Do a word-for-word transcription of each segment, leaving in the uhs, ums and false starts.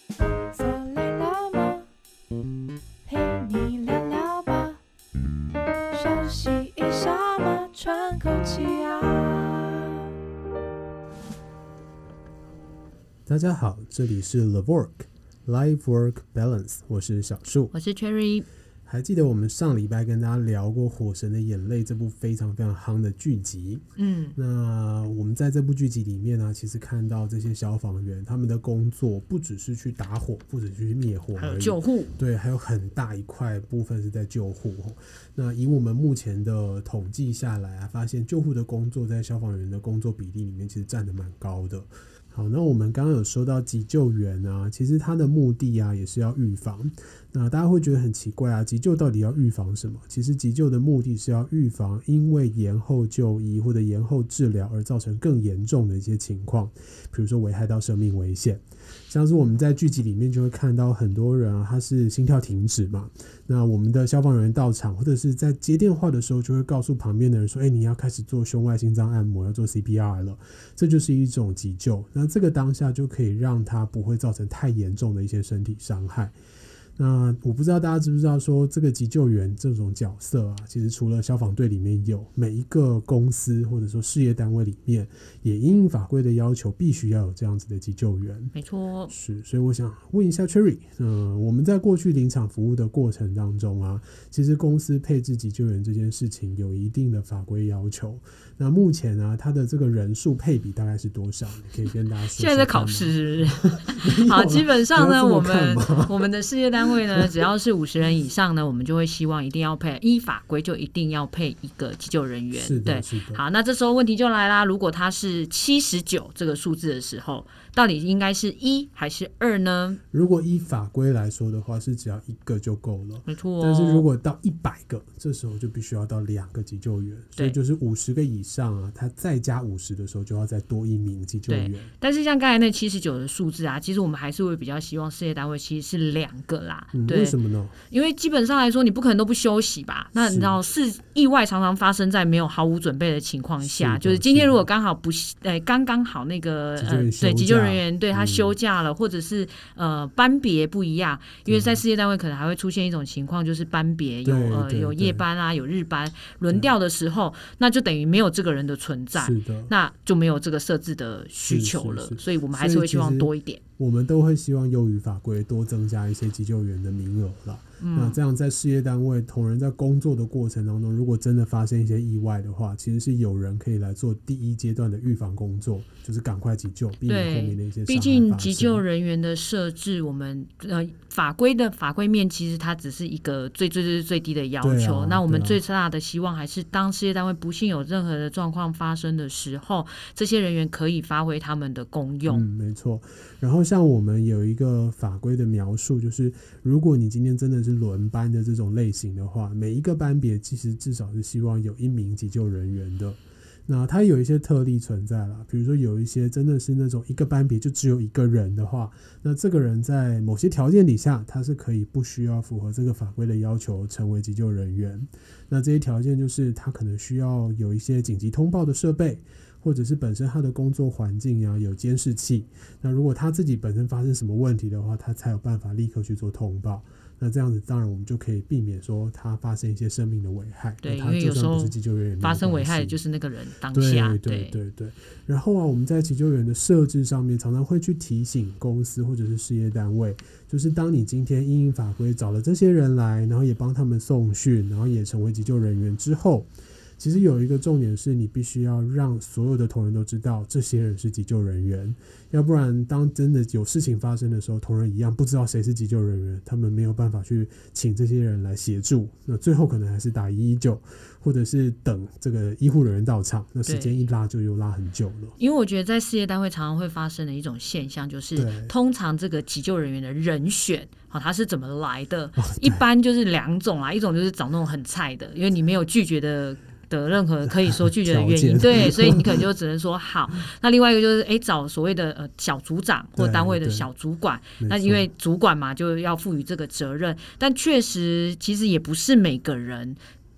坐累了吗？陪你聊聊吧，休息一下嘛，喘口气啊。 大家好，这里是 The Work Life Work Balance， 我是小树， 我是 Cherry。 还记得我们上礼拜跟大家聊过《火神的眼泪》这部非常非常夯的剧集。 嗯， 那我们在这部剧集里面呢，其实看到这些消防员他们的工作不只是去打火，不只是去灭火而已， 还有救护， 对，还有很大一块部分是在救护。那以我们目前的统计下来啊，发现救护的工作在消防员的工作比例里面其实占得蛮高的。好，那我们刚刚有说到急救员啊，其实它的目的啊也是要预防。那大家会觉得很奇怪啊，急救到底要预防什么？其实急救的目的是要预防因为延后就医或者延后治疗而造成更严重的一些情况，比如说危害到生命危险。像是我们在剧集里面就会看到很多人啊，他是心跳停止嘛，那我们的消防人员到场，或者是在接电话的时候就会告诉旁边的人说，哎，你要开始做胸外心脏按摩，要做 C P R 了，这就是一种急救。那这个当下就可以让他不会造成太严重的一些身体伤害。那我不知道大家知不知道说这个急救员这种角色啊，其实除了消防队里面有，每一个公司或者说事业单位里面也因应法规的要求必须要有这样子的急救员。 没错， 是，所以我想问一下 Cherry， 呃，我们在过去临场服务的过程当中啊，其实公司配置急救员这件事情有一定的法规要求。那目前啊，它的这个人数配比大概是多少？你可以跟大家说说。 现在在考试是不是？好，基本上呢，我们我们的事业单位呢，只要是五十人以上呢，我们就会希望一定要配，依法规就一定要配一个急救人员。 是的， 对， 是的。 好，那这时候问题就来啦，如果他是七十九这个数字的时候，到底应该是一还是二呢？ 如果依法规来说的话，是只要一个就够了。 没错、哦。 但是如果到一百个，这时候就必须要到两个急救员，所以就是五十个以上啊，他再加五十的时候，就要再多一名急救员。 对，但是像刚才那七十九的数字啊，其实我们还是会比较希望事业单位其实是两个啦。 嗯， 对， 为什么呢？ 因为基本上来说，你不可能都不休息吧？那你知道，是意外常常发生在没有毫无准备的情况下，是就是今天如果刚好不，呃，刚刚好那个呃，对急救人员对他休假了，嗯、或者是呃班别不一样，因为在事业单位可能还会出现一种情况，就是班别有呃有夜班啊，有日班轮调的时候，那就等于没有这个人的存在， 是的， 那就没有这个设置的需求了，是是是，所以我们还是会希望多一点。 我们都会希望优于法规多增加一些急救员的名额啦。嗯、那这样在事业单位同仁在工作的过程当中，如果真的发生一些意外的话，其实是有人可以来做第一阶段的预防工作，就是赶快急救，避免后面的一些伤害发生。 毕竟急救人员的设置，我们呃法规的法规面其实它只是一个最最最最低的要求。啊、那我们最大的希望还是当事业单位不幸有任何的状况发生的时候，这些人员可以发挥他们的功用。 嗯，没错。然后像我们有一个法规的描述，就是如果你今天真的是轮班的这种类型的话，每一个班别其实至少是希望有一名急救人员的。那它有一些特例存在啦，比如说有一些真的是那种一个班别就只有一个人的话，那这个人在某些条件底下，他是可以不需要符合这个法规的要求成为急救人员。那这些条件就是他可能需要有一些紧急通报的设备，或者是本身他的工作环境啊有监视器，那如果他自己本身发生什么问题的话，他才有办法立刻去做通报。那这样子当然我们就可以避免说他发生一些生命的危害。 对，因为有时候发生危害的就是那个人当下。 对对对对。然后啊，我们在急救员的设置上面常常会去提醒公司或者是事业单位，就是当你今天因应法规找了这些人来，然后也帮他们送训，然后也成为急救人员之后，其实有一个重点是你必须要让所有的同仁都知道这些人是急救人员，要不然当真的有事情发生的时候，同仁一样不知道谁是急救人员，他们没有办法去请这些人来协助，那最后可能还是打一一九，或者是等这个医护人员到场，那时间一拉就又拉很久了。 因为我觉得在事业单位常常会发生的一种现象，就是通常这个急救人员的人选好，他是怎么来的、哦、一般就是两种啦，一种就是找那种很菜的，因为你没有拒绝的的任何可以说拒绝的原因，对，所以你可能就只能说好。那另外一个就是哎，找所谓的呃小组长或单位的小主管，那因为主管嘛就要赋予这个责任，但确实其实也不是每个人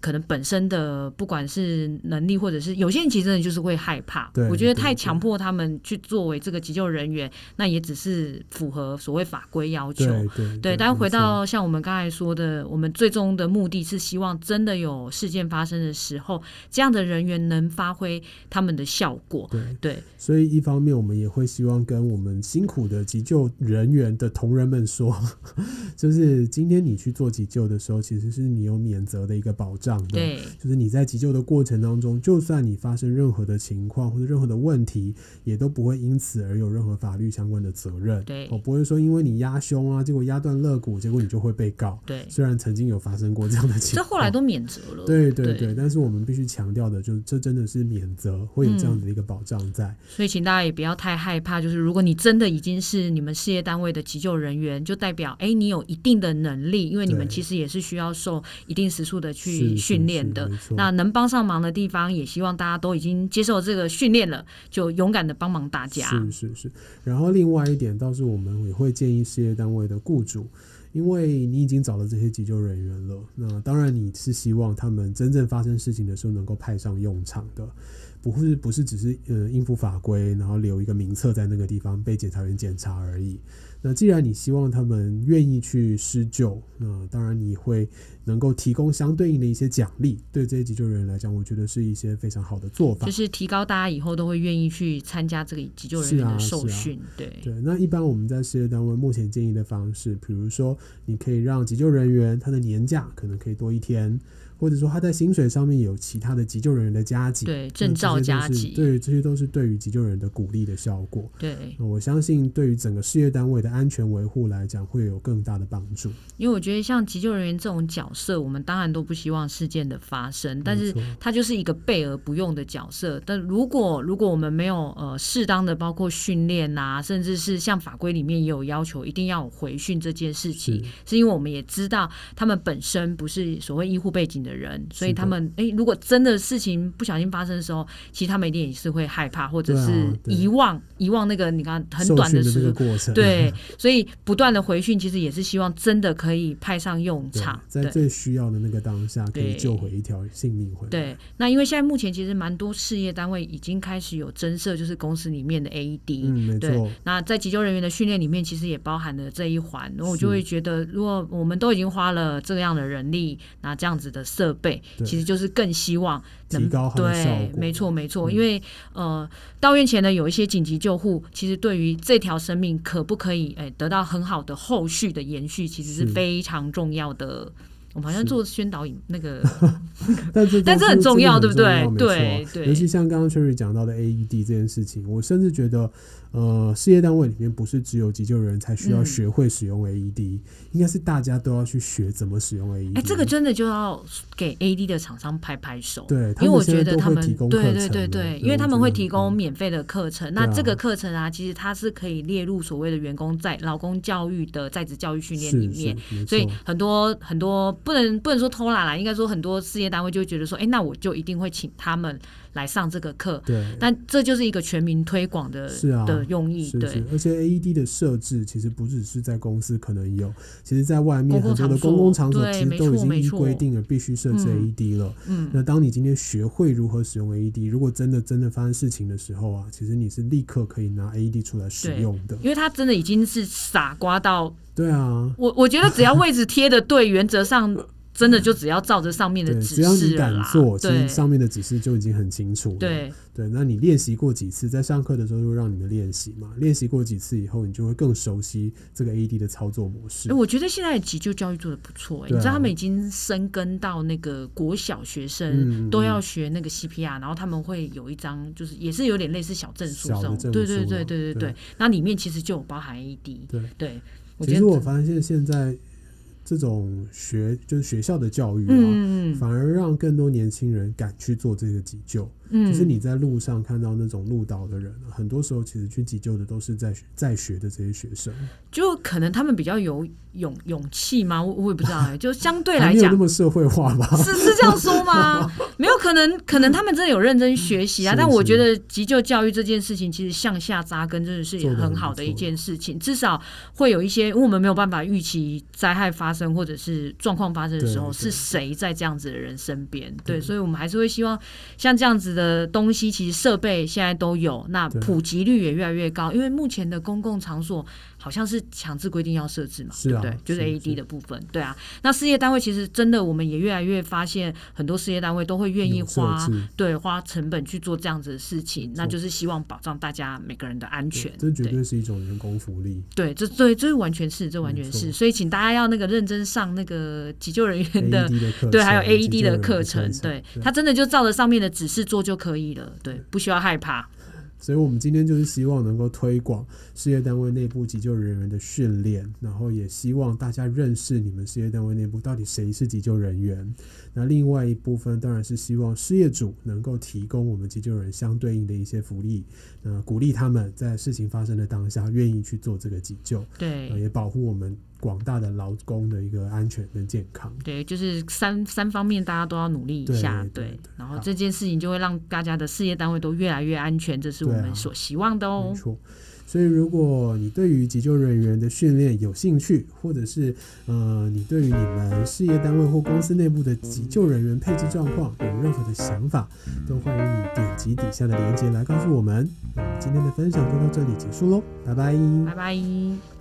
可能本身的不管是能力，或者是有些人其实真的就是会害怕。我觉得太强迫他们去作为这个急救人员，那也只是符合所谓法规要求。 对对 对, 对，但回到像我们刚才说的，我们最终的目的是希望真的有事件发生的时候，这样的人员能发挥他们的效果。 对对， 所以一方面我们也会希望跟我们辛苦的急救人员的同仁们说，就是今天你去做急救的时候，其实是你有免责的一个保障的。 对， 就是你在急救的过程当中，就算你发生任何的情况或者任何的问题，也都不会因此而有任何法律相关的责任。 对， 我不会说因为你压胸啊，结果压断肋骨，结果你就会被告。 对， 虽然曾经有发生过这样的情况， 这后来都免责了。 对对 对, 对，但是我们必须强调的就是，这真的是免责，会有这样的一个保障在。嗯、 所以请大家也不要太害怕，就是如果你真的已经是你们事业单位的急救人员，就代表哎，你有一定的能力，因为你们其实也是需要受一定时数的去训练的。那能帮上忙的地方，也希望大家都已经接受这个训练了，就勇敢的帮忙大家。 是是是。然后另外一点倒是我们也会建议事业单位的雇主，因为你已经找了这些急救人员了，那当然你是希望他们真正发生事情的时候能够派上用场的，不是不是只是呃应付法规，然后留一个名册在那个地方被检察员检查而已。那既然你希望他们愿意去施救，那当然你会能够提供相对应的一些奖励，对这些急救人员来讲，我觉得是一些非常好的做法， 就是提高大家以后都会愿意去参加这个急救人员的受训。 啊啊、 对对。那一般我们在事业单位目前建议的方式，比如说你可以让急救人员他的年假可能可以多一天，或者说他在薪水上面有其他的急救人员的加给， 对，证照加给， 对，这些都是对于急救人员的鼓励的效果。 对， 我相信对于整个事业单位的安全维护来讲，会有更大的帮助。 因为我觉得像急救人员这种角色，我们当然都不希望事件的发生，但是它就是一个备而不用的角色。但如果如果我们没有呃适当的包括训练啊，甚至是像法规里面也有要求，一定要有回训这件事情，是, 是因为我们也知道他们本身不是所谓医护背景的人，所以他们哎，如果真的事情不小心发生的时候，其实他们一定也是会害怕，或者是遗忘、啊、遗忘那个你看很短的时间过程。 对，所以不断的回训，其实也是希望真的可以派上用场， 在最需要的那个当下，可以救回一条性命回来。 对，那因为现在目前其实蛮多事业单位已经开始有增设，就是公司里面的 A E D。 嗯，没错。 那在急救人员的训练里面，其实也包含了这一环。然后我就会觉得，如果我们都已经花了这样的人力，那这样子的设备，其实就是更希望提高它的效果。 对，没错没错。嗯、因为呃，到院前的有一些紧急救护，其实对于这条生命可不可以、欸、得到很好的后续的延续，其实是非常重要的。我们好像做宣导影那个， 但这但这很重要，对不对？ 对对， 尤其像刚刚 Cherry 讲到的 A E D 这件事情，我甚至觉得，呃，事业单位里面不是只有急救人才需要学会使用 A E D，、嗯、应该是大家都要去学怎么使用 A E D。 哎、欸，这个真的就要给 A E D 的厂商拍拍手， 对， 因为我觉得他们对对对对，因为他们会提供免费的课程。那这个课程啊，其实它是可以列入所谓的员工在劳工教育的在职教育训练里面，所以很多很多不能不能说偷懒啦，应该说很多事业单位就会觉得说，哎、欸，那我就一定会请他们来上这个课。 对， 但这就是一个全民推广的是、啊、 的用意。 是是对， 而且 A E D 的设置其实不只是在公司可能有，其实在外面很多的公共场所其实都已经依规定了必须设置 A E D 了。嗯，那当你今天学会如何使用 A E D， 如果真的真的发生事情的时候啊，其实你是立刻可以拿 A E D 出来使用的， 因为它真的已经是傻瓜到。 对啊， 我我觉得只要位置贴的对，原则上真的就只要照着上面的指示了啦。 只要你敢做，其实上面的指示就已经很清楚了。 对对，那你练习过几次，在上课的时候就让你们练习嘛。练习过几次以后，你就会更熟悉这个 A E D 的操作模式。 欸、我觉得现在的急救教育做得不错、欸啊，你知道他们已经深耕到那个国小学生都要学那个 C P R，、嗯、然后他们会有一张就是也是有点类似小证书这种，对对对对对对，那里面其实就有包含 A E D。对对。 其实我发现现在这种学就是学校的教育啊、嗯，反而让更多年轻人敢去做这个急救。 嗯，就是你在路上看到那种路导的人，很多时候其实去急救的都是在在学的这些学生， 就可能他们比较有勇勇气吗？我我也不知道、欸，就相对来讲没有那么社会化吧？ 是是这样说吗？没有，可能可能他们真的有认真学习啊。但我觉得急救教育这件事情，其实向下扎根真的是很好的一件事情，至少会有一些，因为我们没有办法预期灾害发生或者是状况发生的时候是谁在这样子的人身边，对，所以我们还是会希望像这样子的东西，其实设备现在都有，那普及率也越来越高，因为目前的公共场所好像是强制规定要设置嘛， 是啊， 对不对？就是 A E D 的部分，对啊。那事业单位其实真的，我们也越来越发现，很多事业单位都会愿意花对花成本去做这样子的事情，那就是希望保障大家每个人的安全。 这绝对是一种人工福利。 对，这对这完全是，这完全是。所以，请大家要那个认真上那个急救人员的， A E D 的课程， 对，还有 A E D 的课程，对，他真的就照着上面的指示做就可以了，对，不需要害怕。 所以我们今天就是希望能够推广事业单位内部急救人员的训练，然后也希望大家认识你们事业单位内部到底谁是急救人员。那另外一部分当然是希望事业主能够提供我们急救人相对应的一些福利，那鼓励他们在事情发生的当下愿意去做这个急救， 对， 呃、也保护我们广大的劳工的一个安全跟健康。 对，就是三三方面大家都要努力一下， 对, 对, 对，然后这件事情就会让大家的事业单位都越来越安全，这是我们所希望的哦。 没错。所以如果你对于急救人员的训练有兴趣，或者是呃你对于你们事业单位或公司内部的急救人员配置状况有任何的想法，都欢迎你点击底下的连结来告诉我们。那今天的分享就到这里结束咯，拜拜， 拜拜。